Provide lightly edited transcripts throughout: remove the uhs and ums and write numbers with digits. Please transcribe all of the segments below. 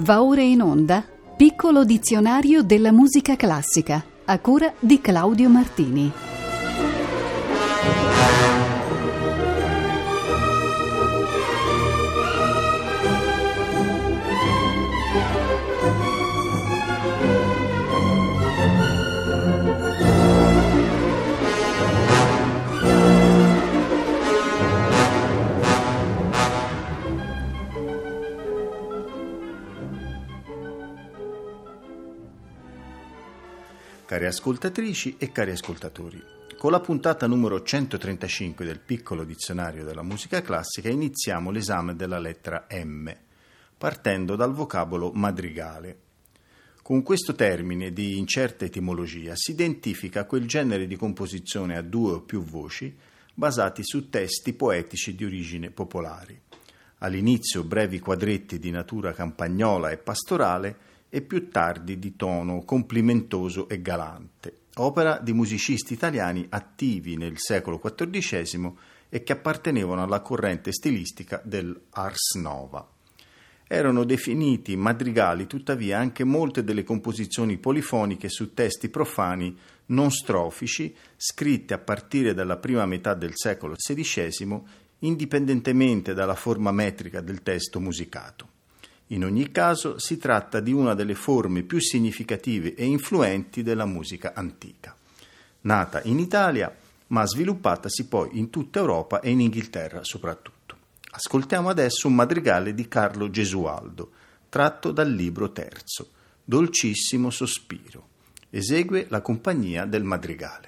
Va ora in onda Piccolo dizionario della musica classica, a cura di Claudio Martini. Cari ascoltatrici e cari ascoltatori, con la puntata numero 135 del Piccolo dizionario della musica classica iniziamo l'esame della lettera M, partendo dal vocabolo madrigale. Con questo termine di incerta etimologia si identifica quel genere di composizione a due o più voci basati su testi poetici di origine popolari. All'inizio brevi quadretti di natura campagnola e pastorale, e più tardi di tono complimentoso e galante, opera di musicisti italiani attivi nel secolo XIV e che appartenevano alla corrente stilistica dell'Ars Nova. Erano definiti madrigali tuttavia anche molte delle composizioni polifoniche su testi profani non strofici, scritte a partire dalla prima metà del secolo XVI, indipendentemente dalla forma metrica del testo musicato. In ogni caso si tratta di una delle forme più significative e influenti della musica antica, nata in Italia ma sviluppatasi poi in tutta Europa e in Inghilterra soprattutto. Ascoltiamo adesso un madrigale di Carlo Gesualdo, tratto dal libro terzo, Dolcissimo sospiro. Esegue la compagnia del madrigale.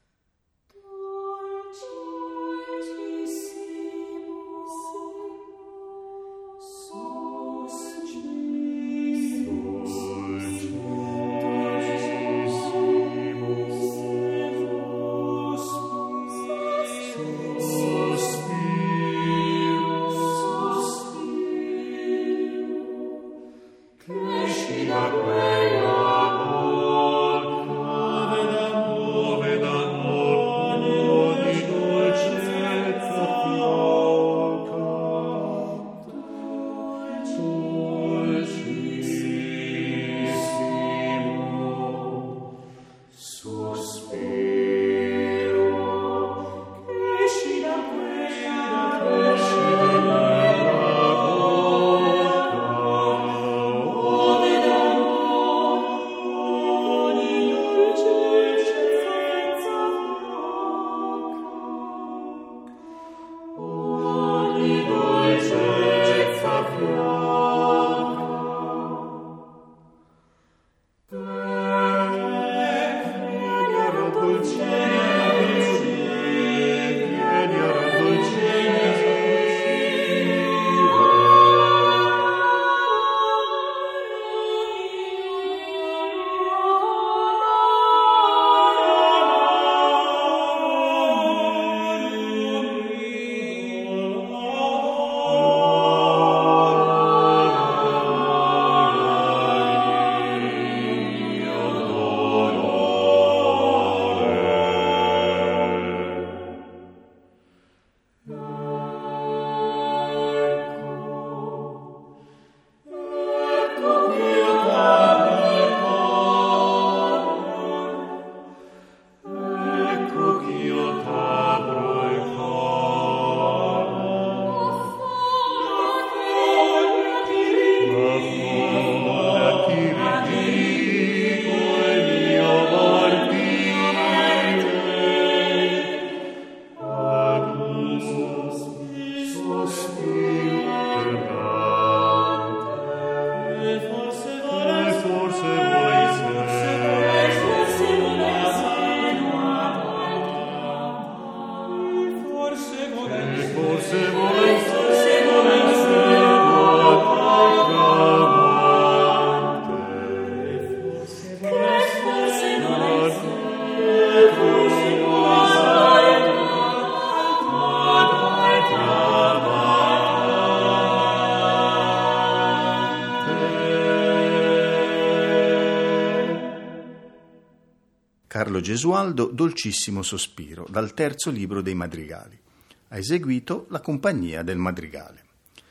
Carlo Gesualdo, Dolcissimo sospiro, dal terzo libro dei madrigali. Ha eseguito la compagnia del madrigale.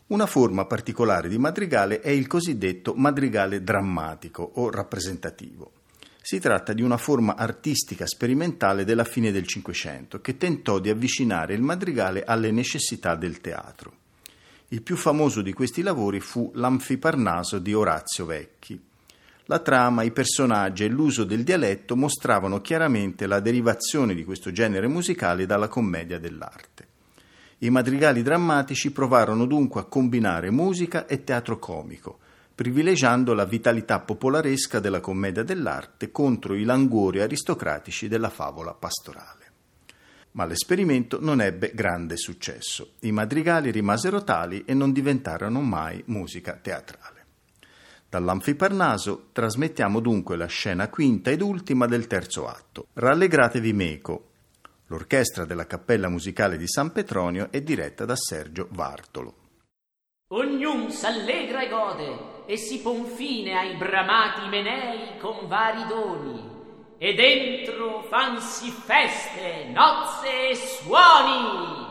Una forma particolare di madrigale è il cosiddetto madrigale drammatico o rappresentativo. Si tratta di una forma artistica sperimentale della fine del Cinquecento che tentò di avvicinare il madrigale alle necessità del teatro. Il più famoso di questi lavori fu l'Anfiparnaso di Orazio Vecchi. La trama, i personaggi e l'uso del dialetto mostravano chiaramente la derivazione di questo genere musicale dalla commedia dell'arte. I madrigali drammatici provarono dunque a combinare musica e teatro comico, privilegiando la vitalità popolaresca della commedia dell'arte contro i languori aristocratici della favola pastorale. Ma l'esperimento non ebbe grande successo. I madrigali rimasero tali e non diventarono mai musica teatrale. Dall'Anfiparnaso trasmettiamo dunque la scena quinta ed ultima del terzo atto. Rallegratevi meco. L'orchestra della Cappella Musicale di San Petronio è diretta da Sergio Vartolo. Ognun s'allegra e gode, e si pon fine ai bramati menei con vari doni, e dentro fansi feste, nozze e suoni.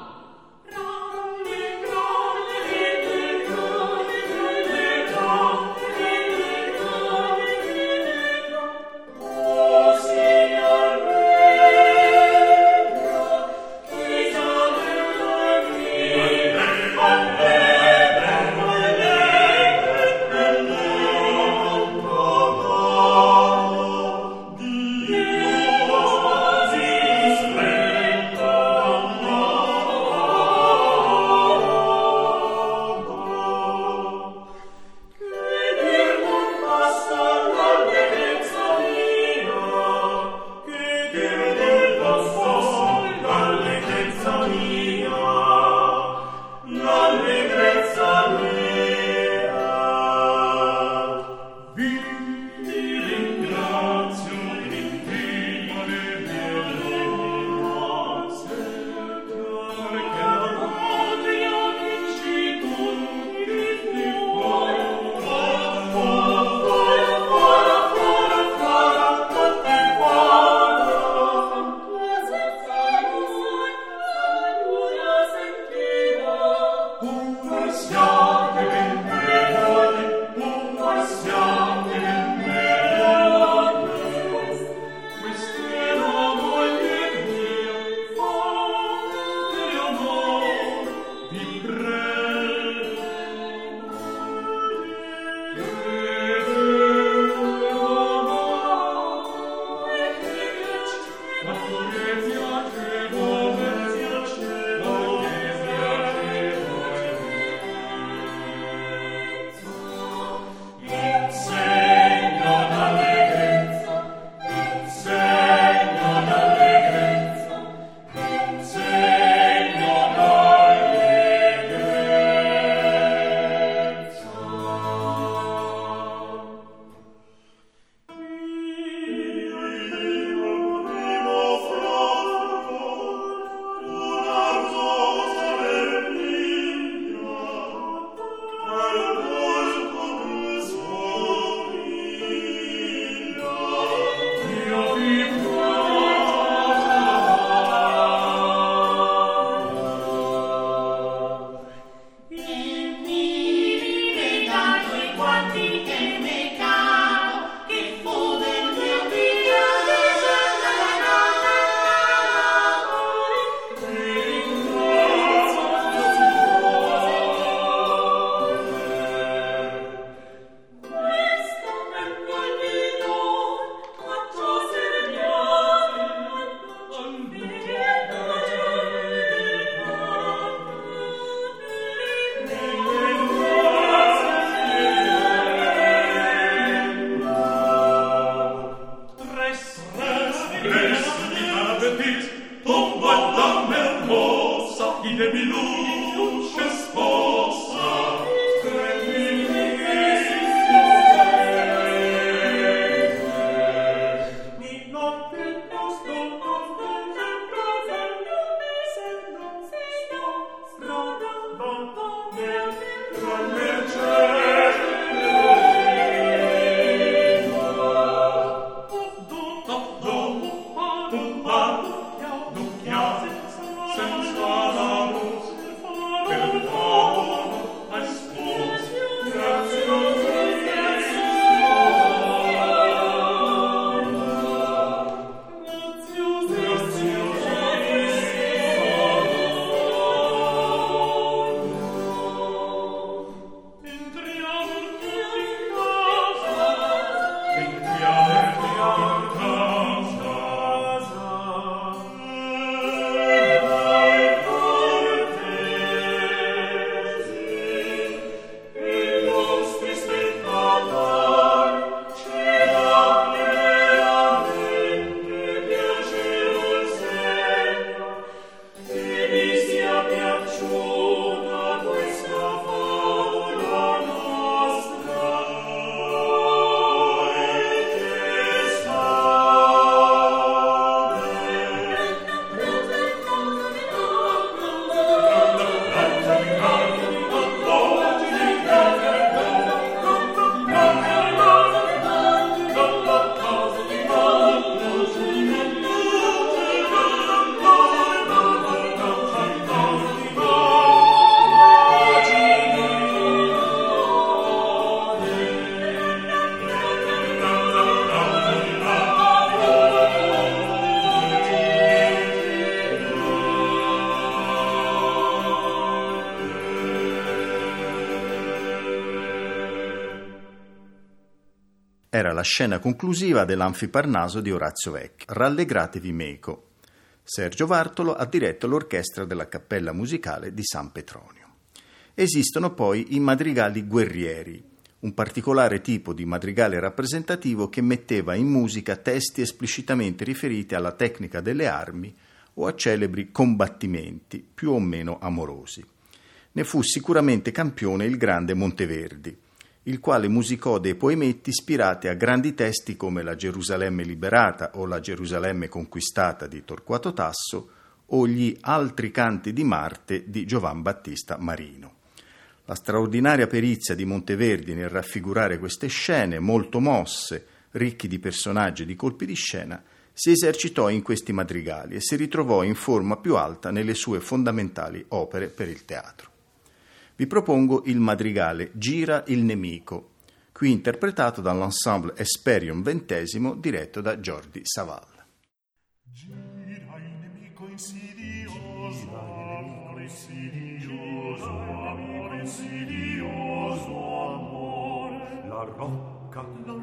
scena conclusiva dell'Anfiparnaso di Orazio Vecchio, Rallegratevi meco. Sergio Vartolo ha diretto l'orchestra della Cappella Musicale di San Petronio. Esistono poi i madrigali guerrieri, un particolare tipo di madrigale rappresentativo che metteva in musica testi esplicitamente riferiti alla tecnica delle armi o a celebri combattimenti più o meno amorosi. Ne fu sicuramente campione il grande Monteverdi, il quale musicò dei poemetti ispirati a grandi testi come La Gerusalemme liberata o La Gerusalemme conquistata di Torquato Tasso o Gli altri canti di Marte di Giovan Battista Marino. La straordinaria perizia di Monteverdi nel raffigurare queste scene, molto mosse, ricchi di personaggi e di colpi di scena, si esercitò in questi madrigali e si ritrovò in forma più alta nelle sue fondamentali opere per il teatro. Vi propongo il madrigale Gira il nemico, qui interpretato dall'ensemble Esperion XX diretto da Jordi Savall. Gira il nemico insidioso, amore insidioso, amore insidioso, amore, la rocca, la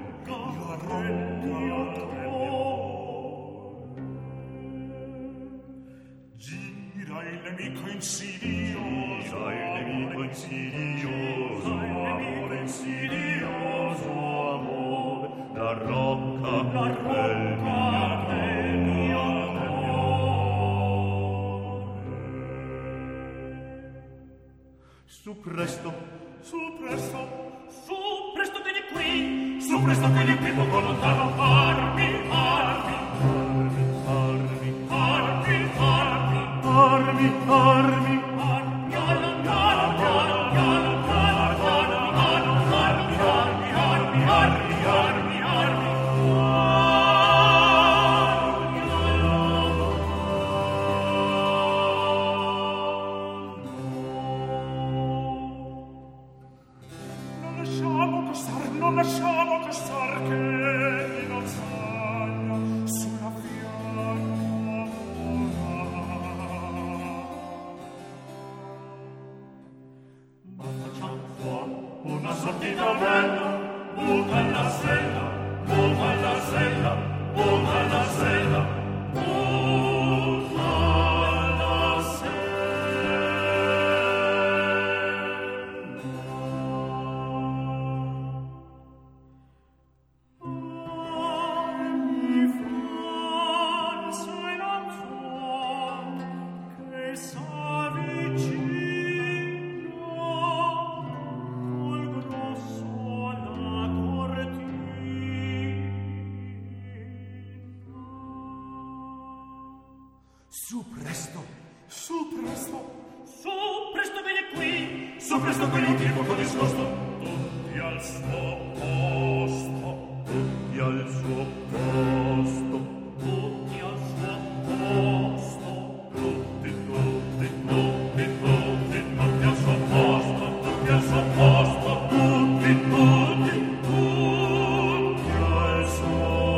gira il nemico insidioso, insidioso, amore insidioso, amore, la rocca del mio amore. Su presto, vieni qui, su presto vieni qui, poco lontano, armi, armi, armi, armi, armi, armi, armi, non lasciamo costar che in alzaglia sulla fianca ma facciamo fuori una sortita bella, butta alla sella, butta alla sella, butta alla sella, butta alla sella. Su presto, su presto, su presto vieni qui, su presto qui non ti poco discosto, tutti al suo posto, tutti al suo posto, tutti al suo posto, tutti, tutti, tutti, tutti, tutti al suo posto, tutti al suo posto, tutti, tutti, tutti al suo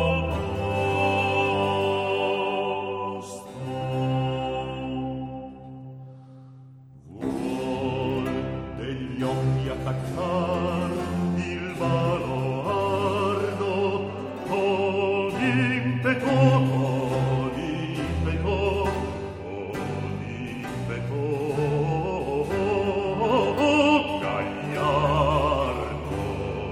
degli occhi attaccar il baluardo con impeto, con impeto, con impeto gagliardo.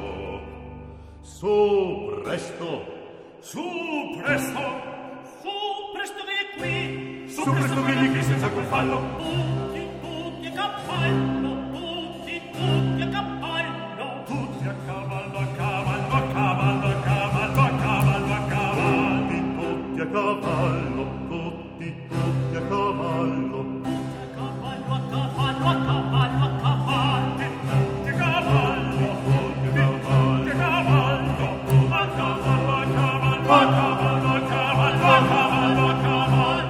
Su presto, su presto, su presto vieni qui, su presto vieni qui senza quel fallo. tutti a cavallo, tutti a cavallo, Tutti a cavallo, a cavallo, a cavallo, a cavallo, a cavallo, a cavallo, tutti a cavallo, tutti, tutti a cavallo, cavallo a cavallo, a cavallo, a cavallo, tutti a cavallo, tutti a cavallo, a cavallo, a cavallo, a cavallo, a cavallo, a cavallo, a cavallo, a cavallo, a cavallo,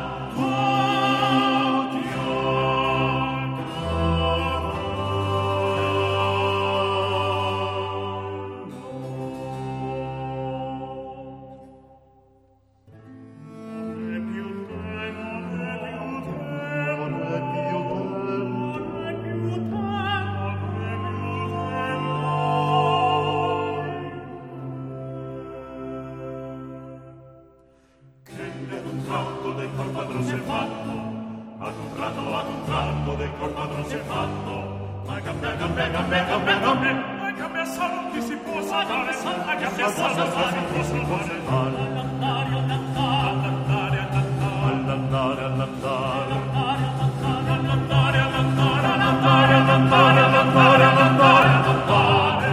tutti a del cor padron si è fatto, ad un tratto del cor padron si è fatto. Ma cambia, salvo chi si può salvare, ma cambia salvo chi si può salvare. All'andare.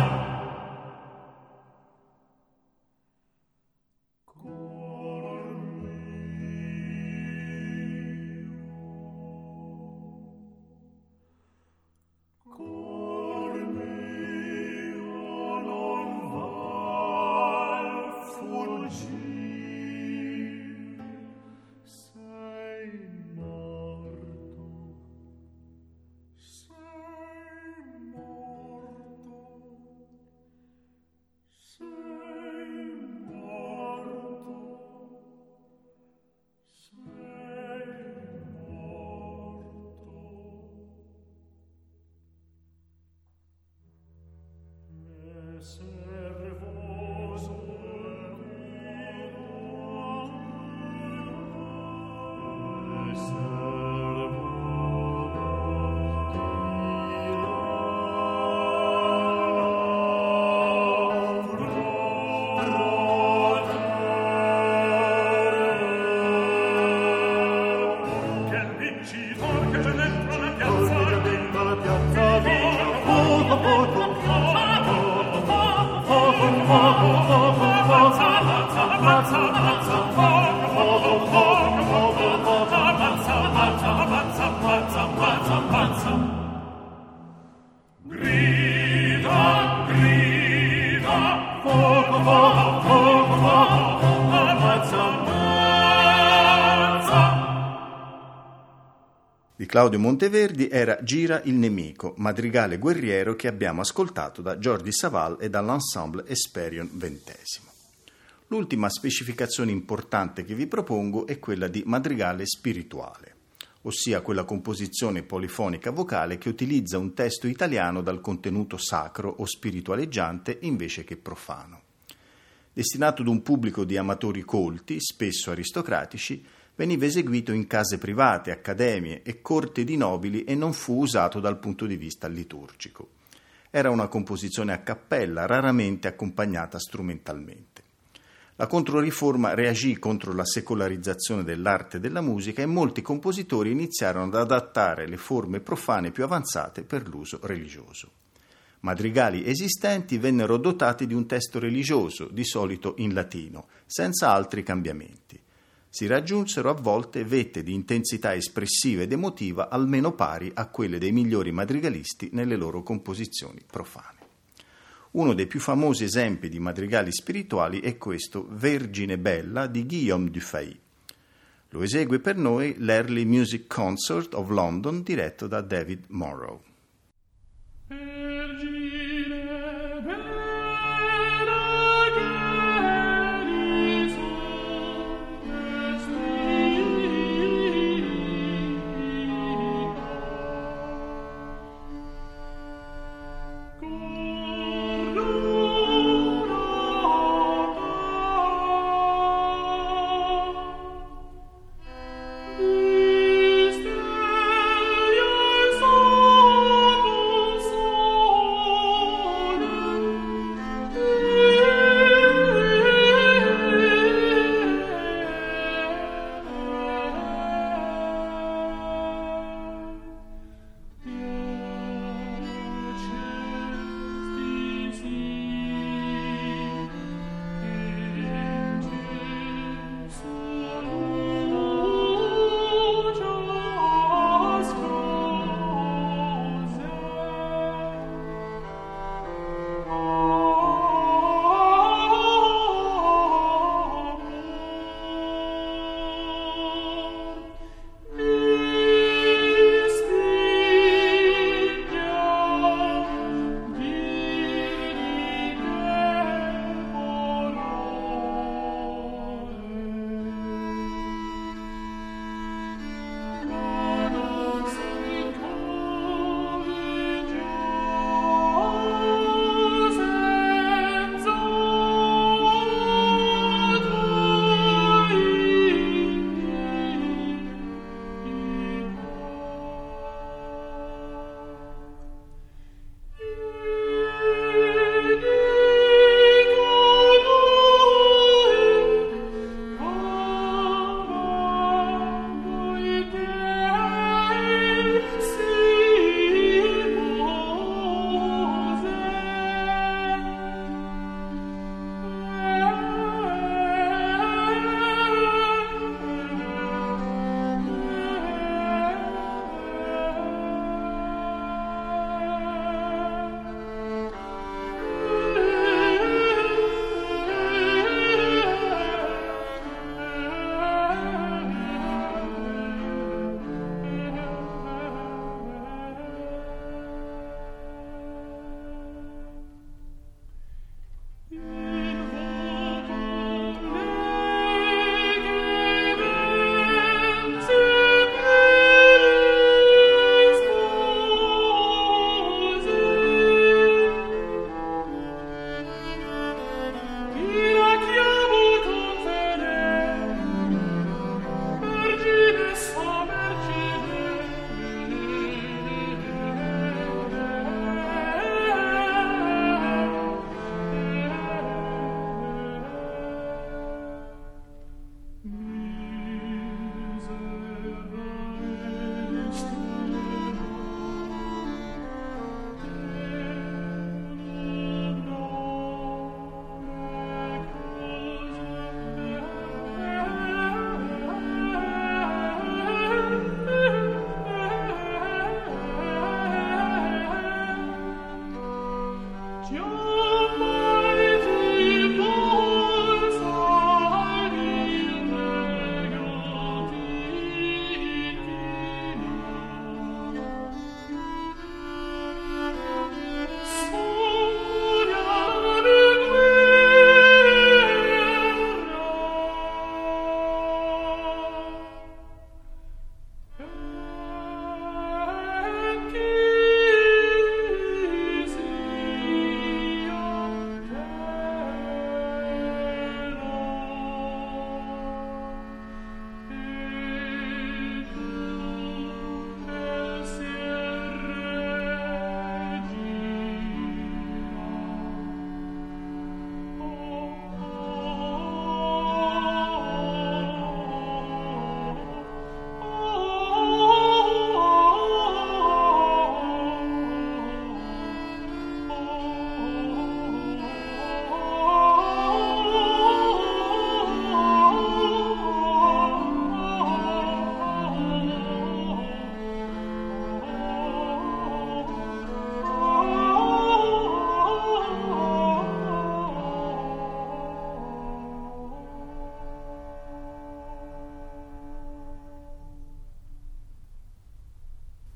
Di Claudio Monteverdi era Gira il nemico, madrigale guerriero che abbiamo ascoltato da Jordi Savall e dall'ensemble Hesperion XX. L'ultima specificazione importante che vi propongo è quella di madrigale spirituale, ossia quella composizione polifonica vocale che utilizza un testo italiano dal contenuto sacro o spiritualeggiante invece che profano. Destinato ad un pubblico di amatori colti, spesso aristocratici, veniva eseguito in case private, accademie e corte di nobili e non fu usato dal punto di vista liturgico. Era una composizione a cappella, raramente accompagnata strumentalmente. La Controriforma reagì contro la secolarizzazione dell'arte e della musica e molti compositori iniziarono ad adattare le forme profane più avanzate per l'uso religioso. Madrigali esistenti vennero dotati di un testo religioso, di solito in latino, senza altri cambiamenti. Si raggiunsero a volte vette di intensità espressiva ed emotiva almeno pari a quelle dei migliori madrigalisti nelle loro composizioni profane. Uno dei più famosi esempi di madrigali spirituali è questo Vergine Bella di Guillaume Dufay. Lo esegue per noi l'Early Music Concert of London diretto da David Morrow. Oh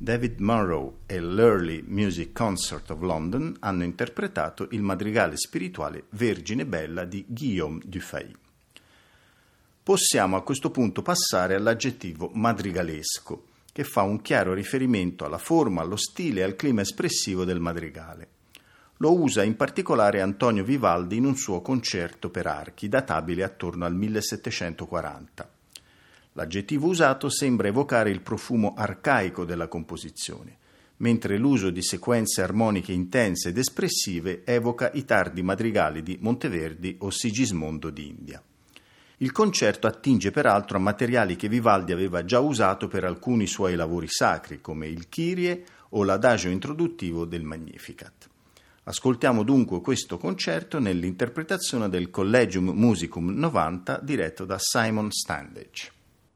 David Munro e l'Early Music Concert of London hanno interpretato il madrigale spirituale Vergine Bella di Guillaume Dufay. Possiamo a questo punto passare all'aggettivo madrigalesco, che fa un chiaro riferimento alla forma, allo stile e al clima espressivo del madrigale. Lo usa in particolare Antonio Vivaldi in un suo concerto per archi, databile attorno al 1740. L'aggettivo usato sembra evocare il profumo arcaico della composizione, mentre l'uso di sequenze armoniche intense ed espressive evoca i tardi madrigali di Monteverdi o Sigismondo d'India. Il concerto attinge peraltro a materiali che Vivaldi aveva già usato per alcuni suoi lavori sacri, come il Kyrie o l'adagio introduttivo del Magnificat. Ascoltiamo dunque questo concerto nell'interpretazione del Collegium Musicum 90 diretto da Simon Standage.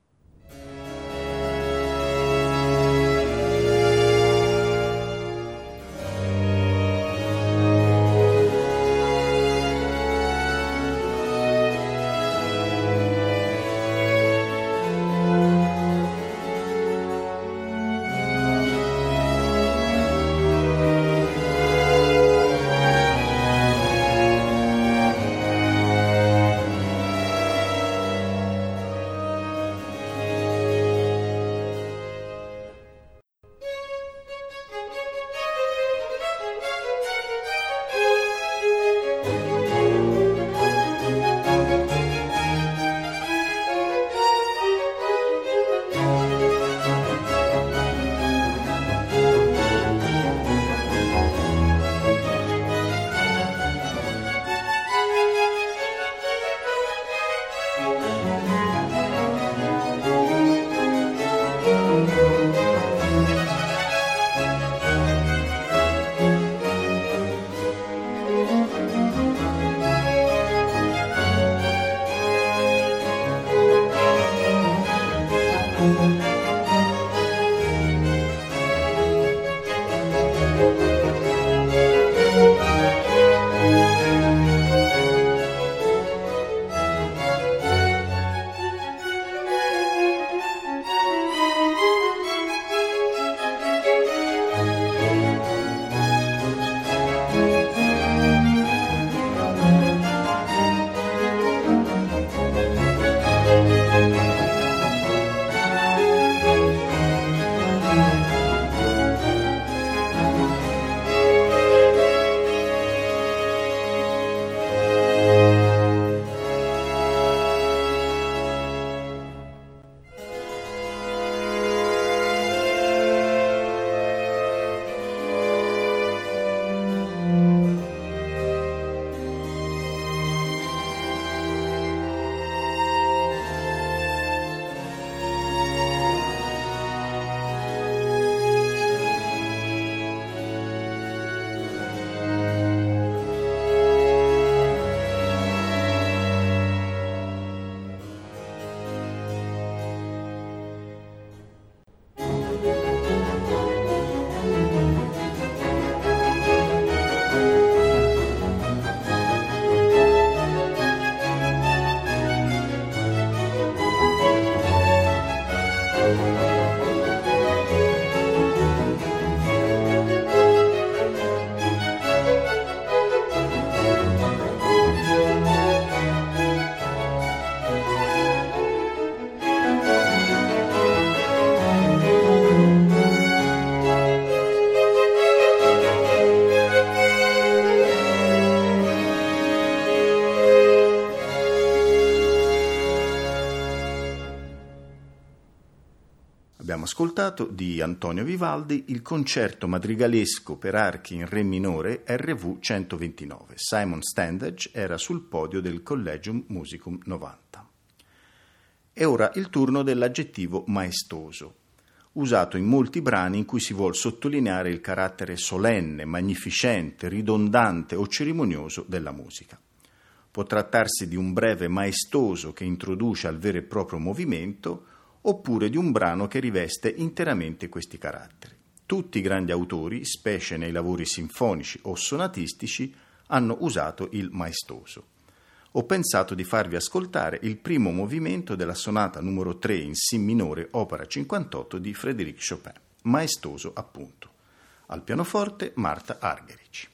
Abbiamo ascoltato di Antonio Vivaldi il concerto madrigalesco per archi in re minore RV 129. Simon Standage era sul podio del Collegium Musicum 90. È ora il turno dell'aggettivo maestoso, usato in molti brani in cui si vuol sottolineare il carattere solenne, magnificente, ridondante o cerimonioso della musica. Può trattarsi di un breve maestoso che introduce al vero e proprio movimento, oppure di un brano che riveste interamente questi caratteri. Tutti i grandi autori, specie nei lavori sinfonici o sonatistici, hanno usato il maestoso. Ho pensato di farvi ascoltare il primo movimento della sonata numero 3 in Si minore, opera 58 di Frédéric Chopin. maestoso appunto. Al pianoforte Marta Argerich.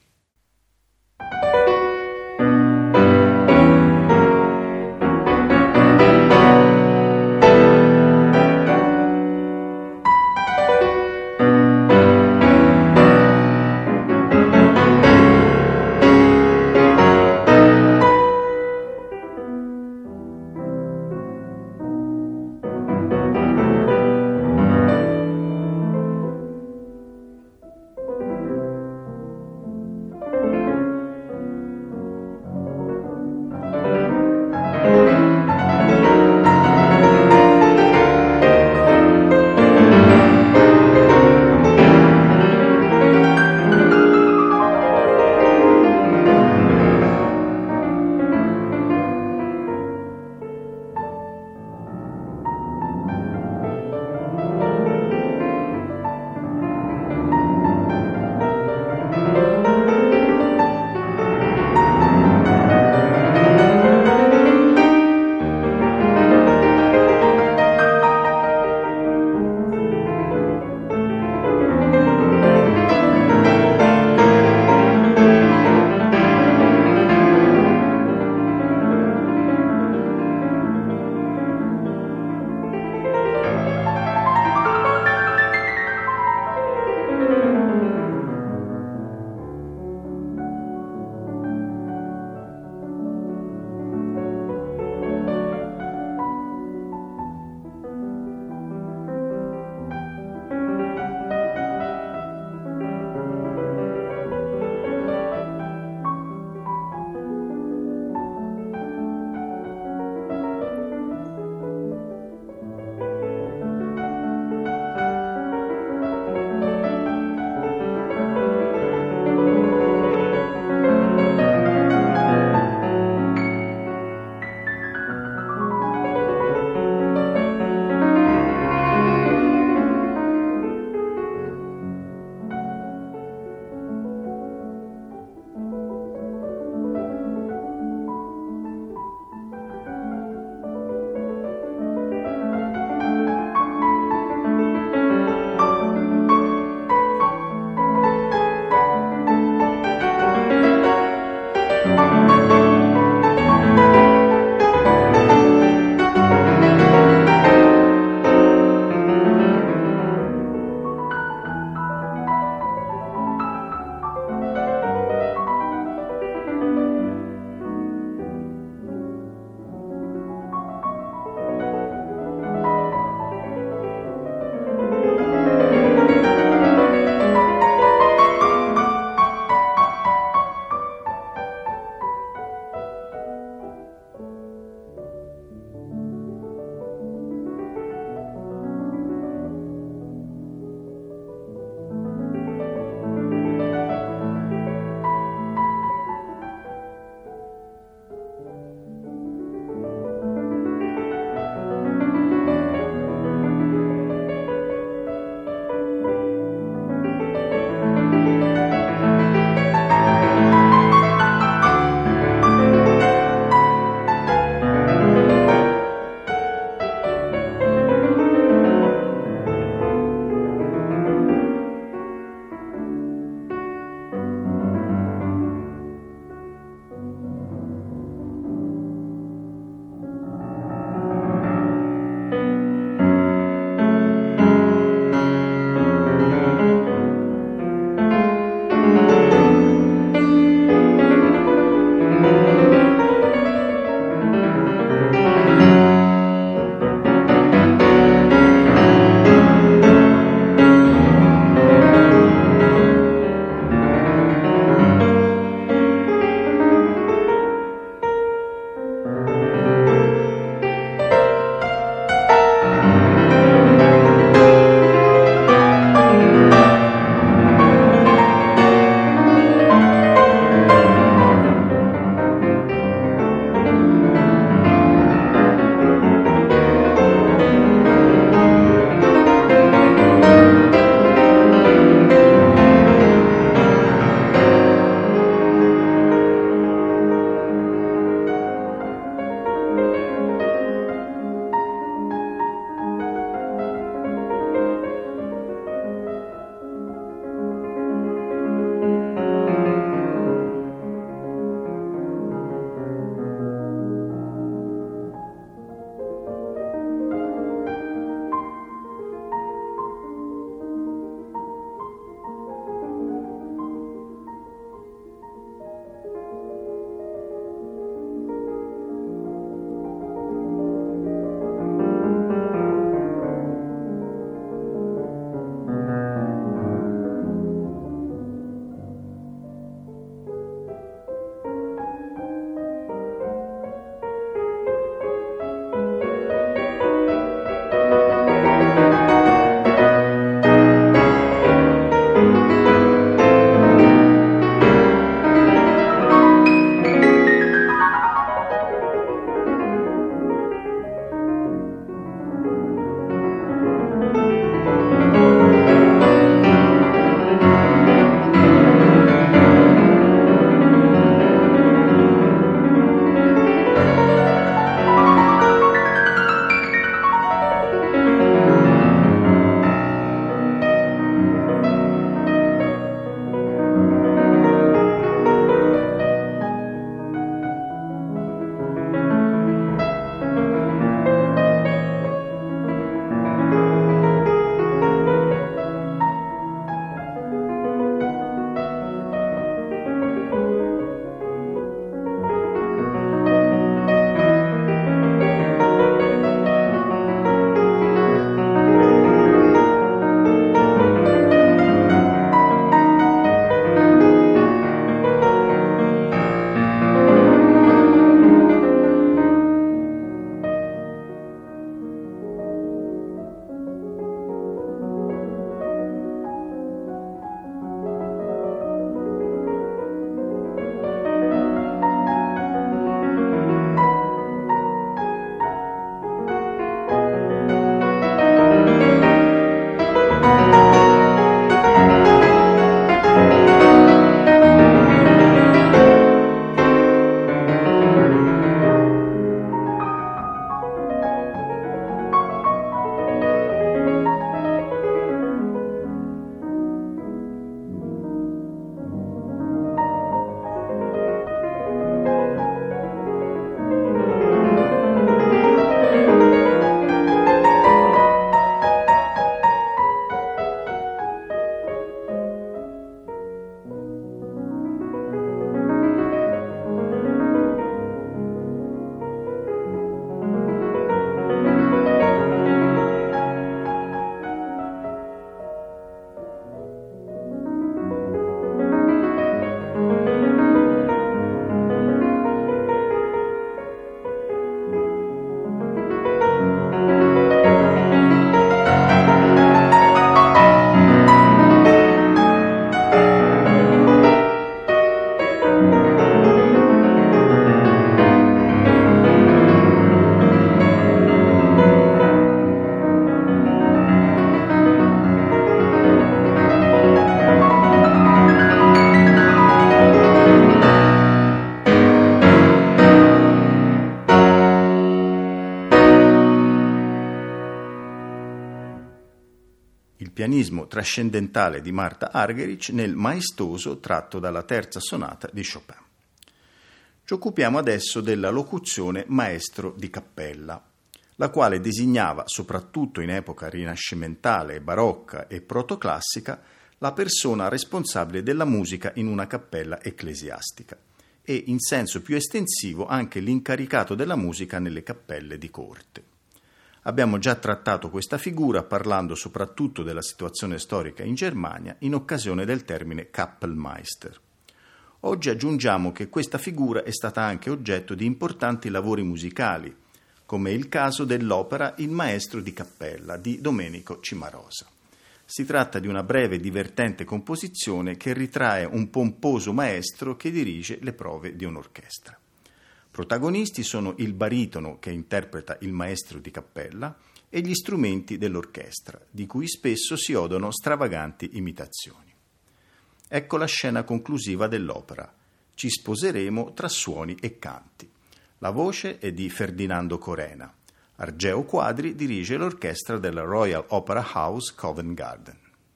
il pianismo trascendentale di Martha Argerich nel maestoso tratto dalla terza sonata di Chopin. Ci occupiamo adesso della locuzione maestro di cappella, la quale designava, soprattutto in epoca rinascimentale, barocca e protoclassica, la persona responsabile della musica in una cappella ecclesiastica e, in senso più estensivo, anche l'incaricato della musica nelle cappelle di corte. Abbiamo già trattato questa figura parlando soprattutto della situazione storica in Germania in occasione del termine Kapellmeister. Oggi aggiungiamo che questa figura è stata anche oggetto di importanti lavori musicali, come è il caso dell'opera Il maestro di cappella di Domenico Cimarosa. Si tratta di una breve e divertente composizione che ritrae un pomposo maestro che dirige le prove di un'orchestra. Protagonisti sono il baritono che interpreta il maestro di cappella e gli strumenti dell'orchestra, di cui spesso si odono stravaganti imitazioni. Ecco la scena conclusiva dell'opera. Ci sposeremo tra suoni e canti. La voce è di Ferdinando Corena. Argeo Quadri dirige l'orchestra della Royal Opera House Covent Garden.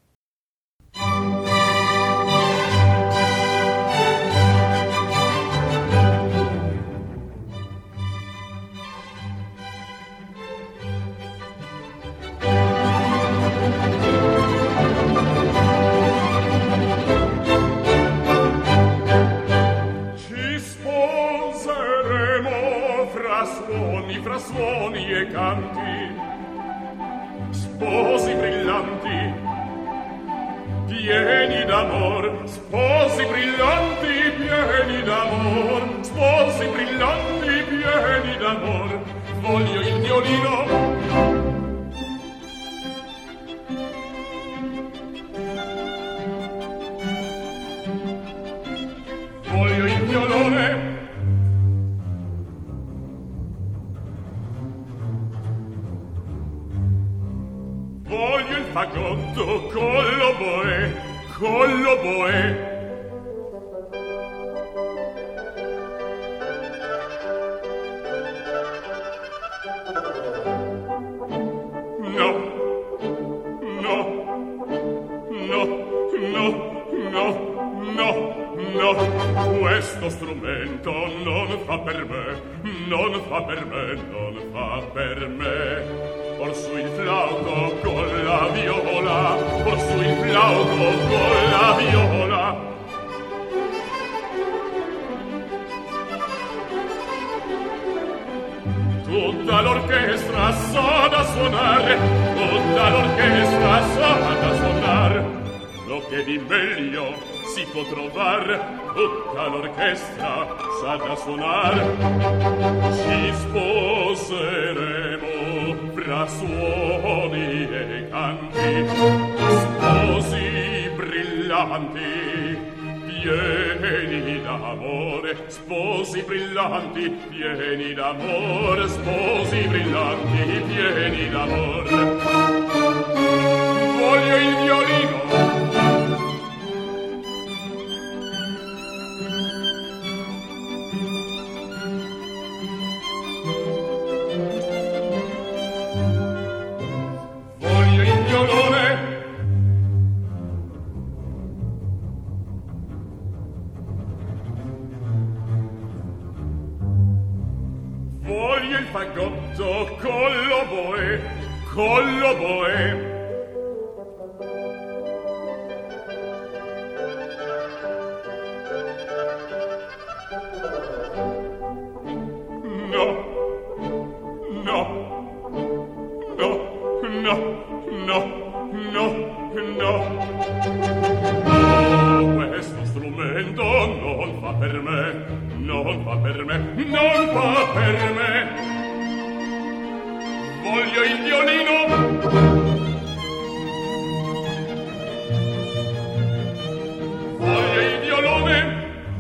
Fra suoni e canti, sposi brillanti, pieni d'amor, sposi brillanti, pieni d'amor, sposi brillanti, pieni d'amor, voglio il violino, voglio il violone, voglio il fagotto con l'oboe, con l'oboe. No, no, no, no, no, no, no, questo strumento non fa per me, non fa per me, non fa per me. Por su il flauto con la viola, por su il flauto con la viola. Tutta l'orchestra sa da suonare, tutta l'orchestra sa da suonare. Lo che di meglio si può trovare, tutta l'orchestra sa da suonare. Ci sposeremo fra suoni e canti, sposi brillanti, pieni d'amore, sposi brillanti, pieni d'amore, sposi brillanti, pieni d'amore. Voglio il violino, voglio il fagotto con l'oboe, con l'oboe. No, no, no, no, no, no, no. Oh, questo strumento non fa per me, non fa per me, non fa per me. Voglio il violino, voglio il violone,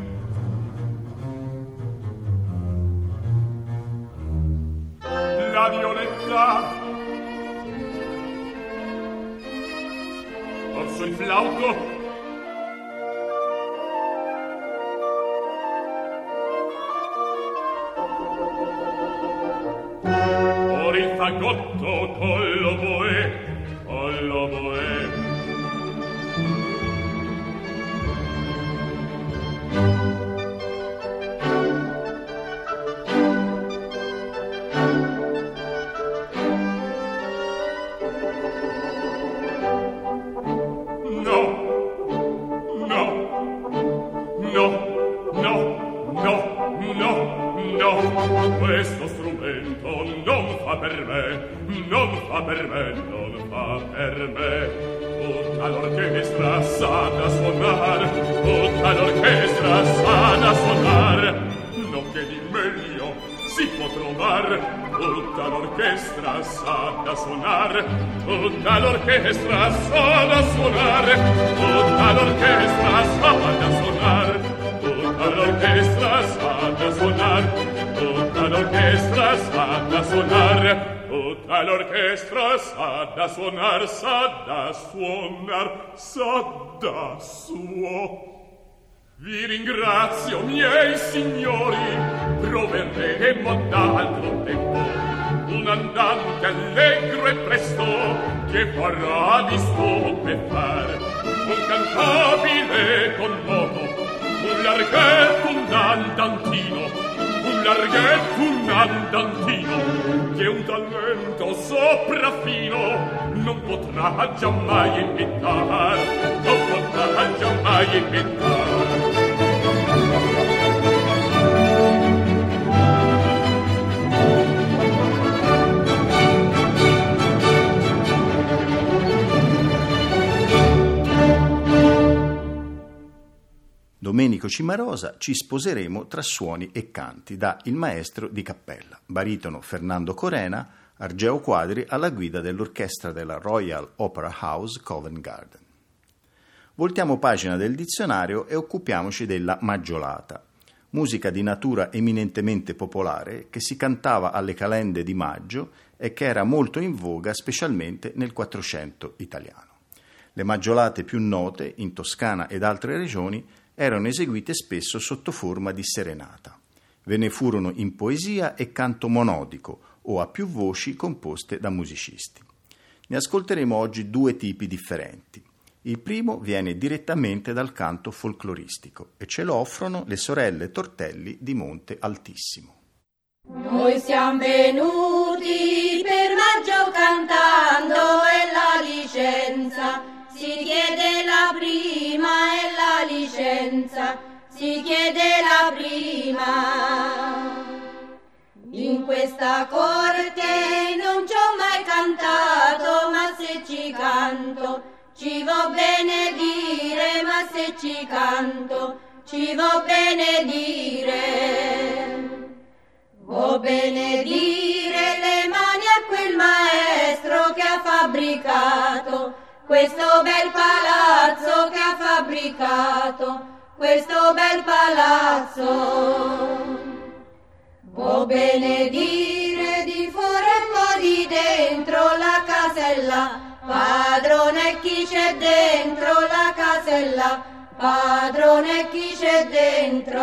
la violetta, orso il flauto, il fagotto con l'oboe, all'oboe. Questo strumento non fa per me, non fa per me, non fa per me. Tutta l'orchestra sa da suonar, tutta l'orchestra sa da suonar. Non che di meglio si può trovar. Tutta l'orchestra sa da suonar, tutta l'orchestra sa da suonar, tutta l'orchestra sa da suonar, tutta l'orchestra sa da suonar, tutta l'orchestra sa da suonar, tutta l'orchestra sa da suonar, sa da suonar, sa da suonar. Vi ringrazio, miei signori, proveremo d'altro tempo un andante allegro e presto che farà di stupeffar un cantabile con moto, un larghetto, un andantino, un larghetto, un andantino, che un talento sopraffino non potrà giammai imitar, non potrà giammai imitar. Domenico Cimarosa ci sposeremo tra suoni e canti da Il Maestro di Cappella, baritono Fernando Corena, argeo quadri alla guida dell'orchestra della Royal Opera House Covent Garden. Voltiamo pagina del dizionario e occupiamoci della maggiolata, musica di natura eminentemente popolare che si cantava alle calende di maggio e che era molto in voga specialmente nel Quattrocento italiano. Le maggiolate più note, in Toscana ed altre regioni, erano eseguite spesso sotto forma di serenata. Ve ne furono in poesia e canto monodico o a più voci composte da musicisti. Ne ascolteremo oggi due tipi differenti. Il primo viene direttamente dal canto folcloristico e ce lo offrono le sorelle Tortelli di Monte Altissimo. Noi siamo venuti per maggio cantando e la licenza si chiede la prima e la licenza si chiede la prima. In questa corte non ci ho mai cantato, ma se ci canto ci vo bene dire, ma se ci canto ci vo bene dire. Vo bene dire le mani a quel maestro che ha fabbricato questo bel palazzo, che ha fabbricato questo bel palazzo. Vo bene dire di fuori e po' di dentro la casella, padrone chi c'è dentro la casella, padrone chi c'è dentro.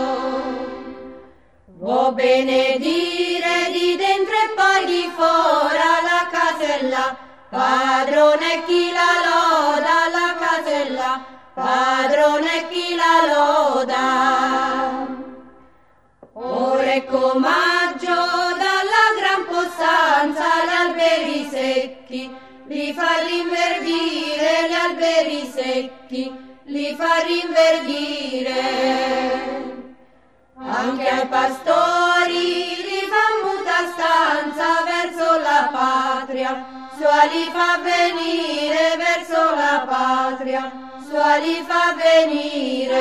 Vo bene dire di dentro e poi di fuori la casella, padrone chi la loda la casella, padrone chi la loda. Ora ecco maggio dalla gran possanza gli alberi secchi, li fa rinverdire gli alberi secchi, li fa rinverdire. Anche ai pastori li fa muta stanza verso la patria, sua li fa venire verso la patria, sua li fa venire.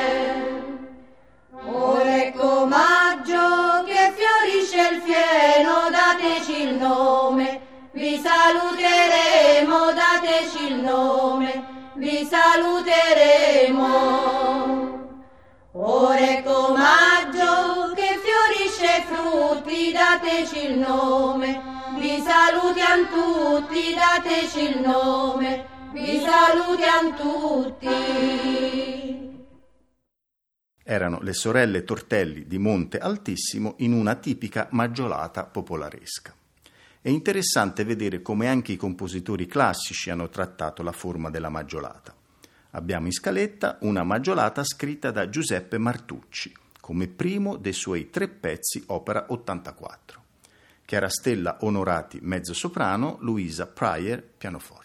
Ora ecco maggio che fiorisce il fieno, dateci il nome, vi saluteremo, dateci il nome, vi saluteremo. Ora ecco maggio che fiorisce i frutti, dateci il nome, vi salutiam tutti, dateci il nome, vi salutiam tutti. Erano le sorelle Tortelli di Monte Altissimo in una tipica maggiolata popolaresca. È interessante vedere come anche i compositori classici hanno trattato la forma della maggiolata. Abbiamo in scaletta una maggiolata scritta da Giuseppe Martucci, come primo dei suoi 3 pezzi opera 84. Chiarastella Onorati mezzosoprano, Luisa Pryor pianoforte.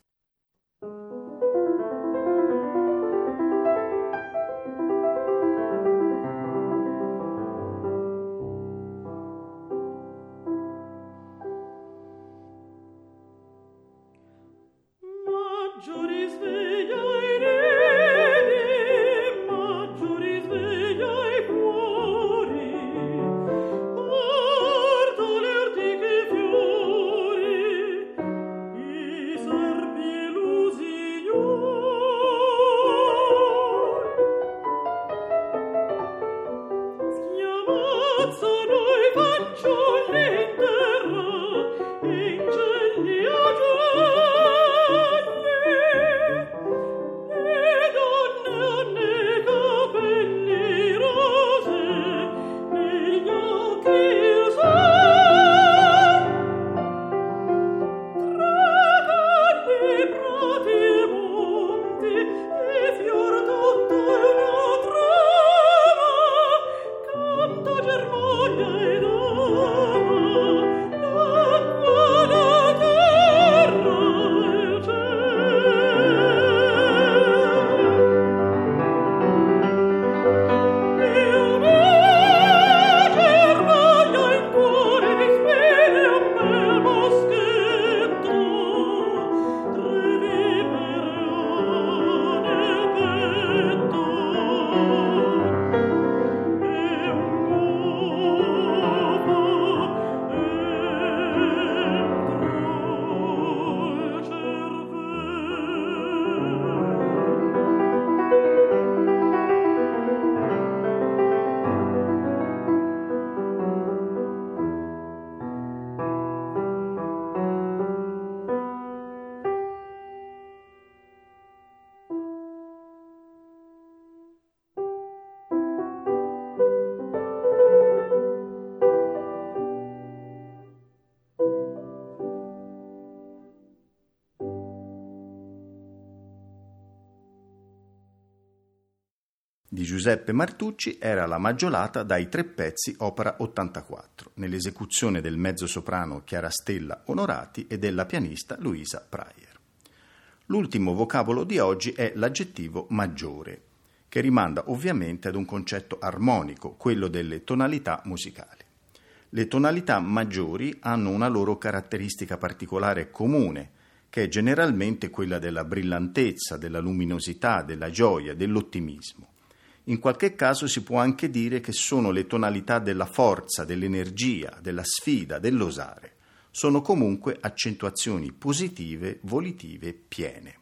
Di Giuseppe Martucci era la maggiolata dai 3 pezzi opera 84, nell'esecuzione del mezzosoprano Chiarastella Onorati e della pianista Luisa Pryor. L'ultimo vocabolo di oggi è l'aggettivo maggiore, che rimanda ovviamente ad un concetto armonico, quello delle tonalità musicali. Le tonalità maggiori hanno una loro caratteristica particolare comune, che è generalmente quella della brillantezza, della luminosità, della gioia, dell'ottimismo. In qualche caso si può anche dire che sono le tonalità della forza, dell'energia, della sfida, dell'osare. Sono comunque accentuazioni positive, volitive, piene.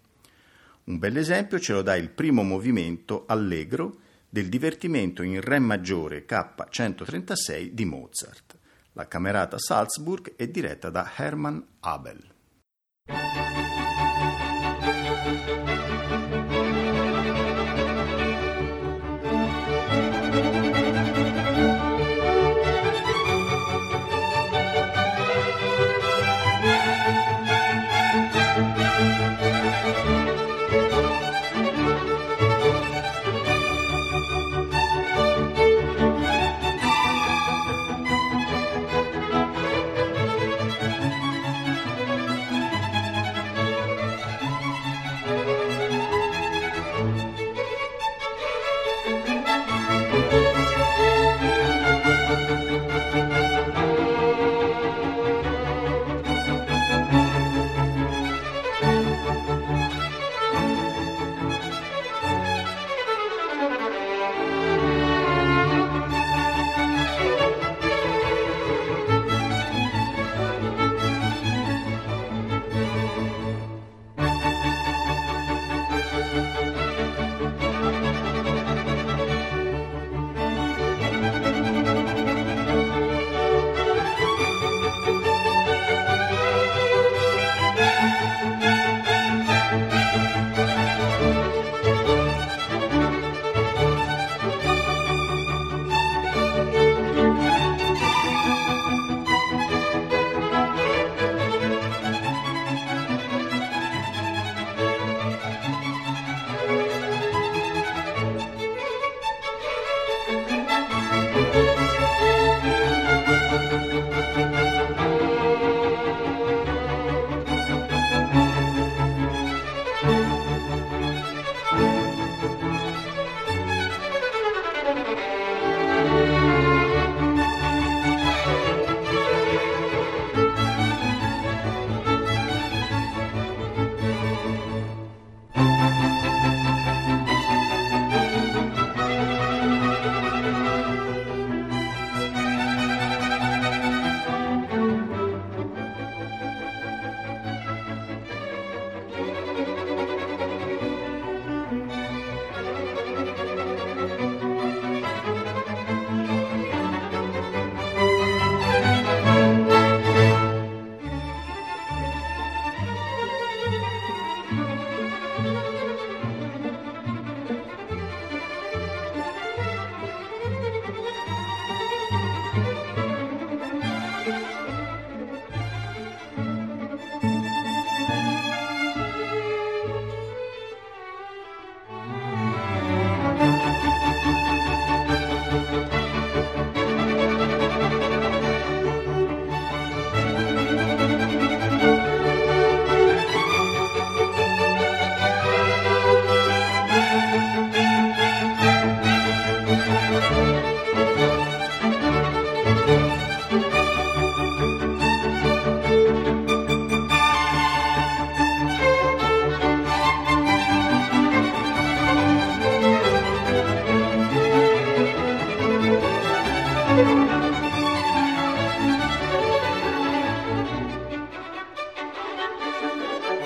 Un bell'esempio ce lo dà il primo movimento allegro del divertimento in Re maggiore K136 di Mozart. La Camerata Salzburg è diretta da Hermann Abel.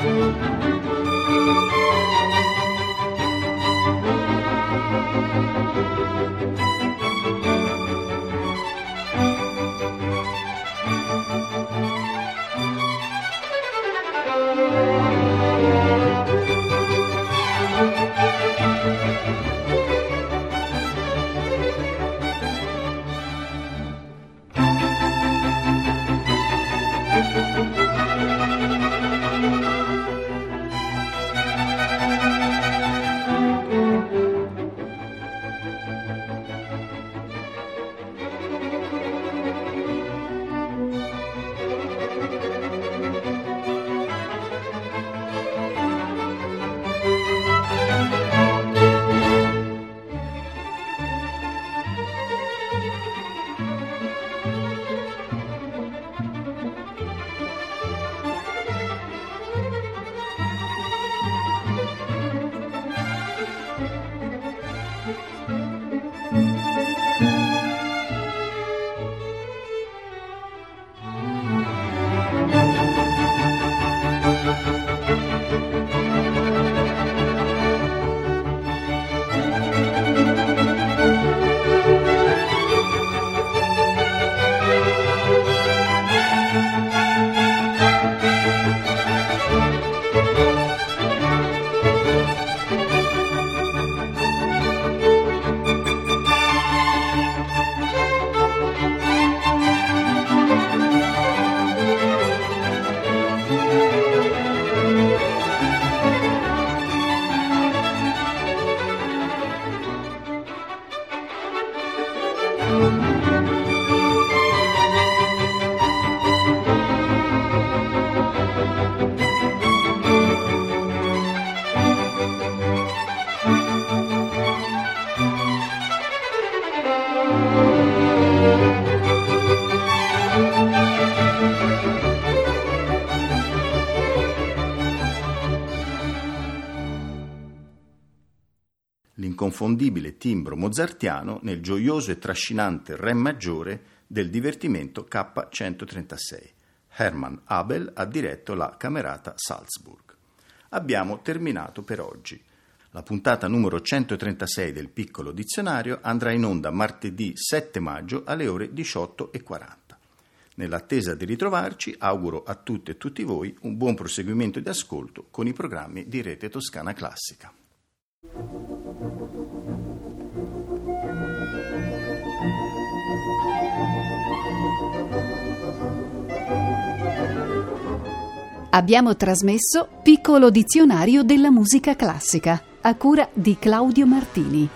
L'inconfondibile timbro mozartiano nel gioioso e trascinante Re maggiore del divertimento K136. Hermann Abel ha diretto la Camerata Salzburg. Abbiamo terminato per oggi. La puntata numero 136 del Piccolo Dizionario andrà in onda martedì 7 maggio alle ore 18:40. Nell'attesa di ritrovarci, auguro a tutte e tutti voi un buon proseguimento di ascolto con i programmi di Rete Toscana Classica. Abbiamo trasmesso Piccolo Dizionario della musica classica, a cura di Claudio Martini.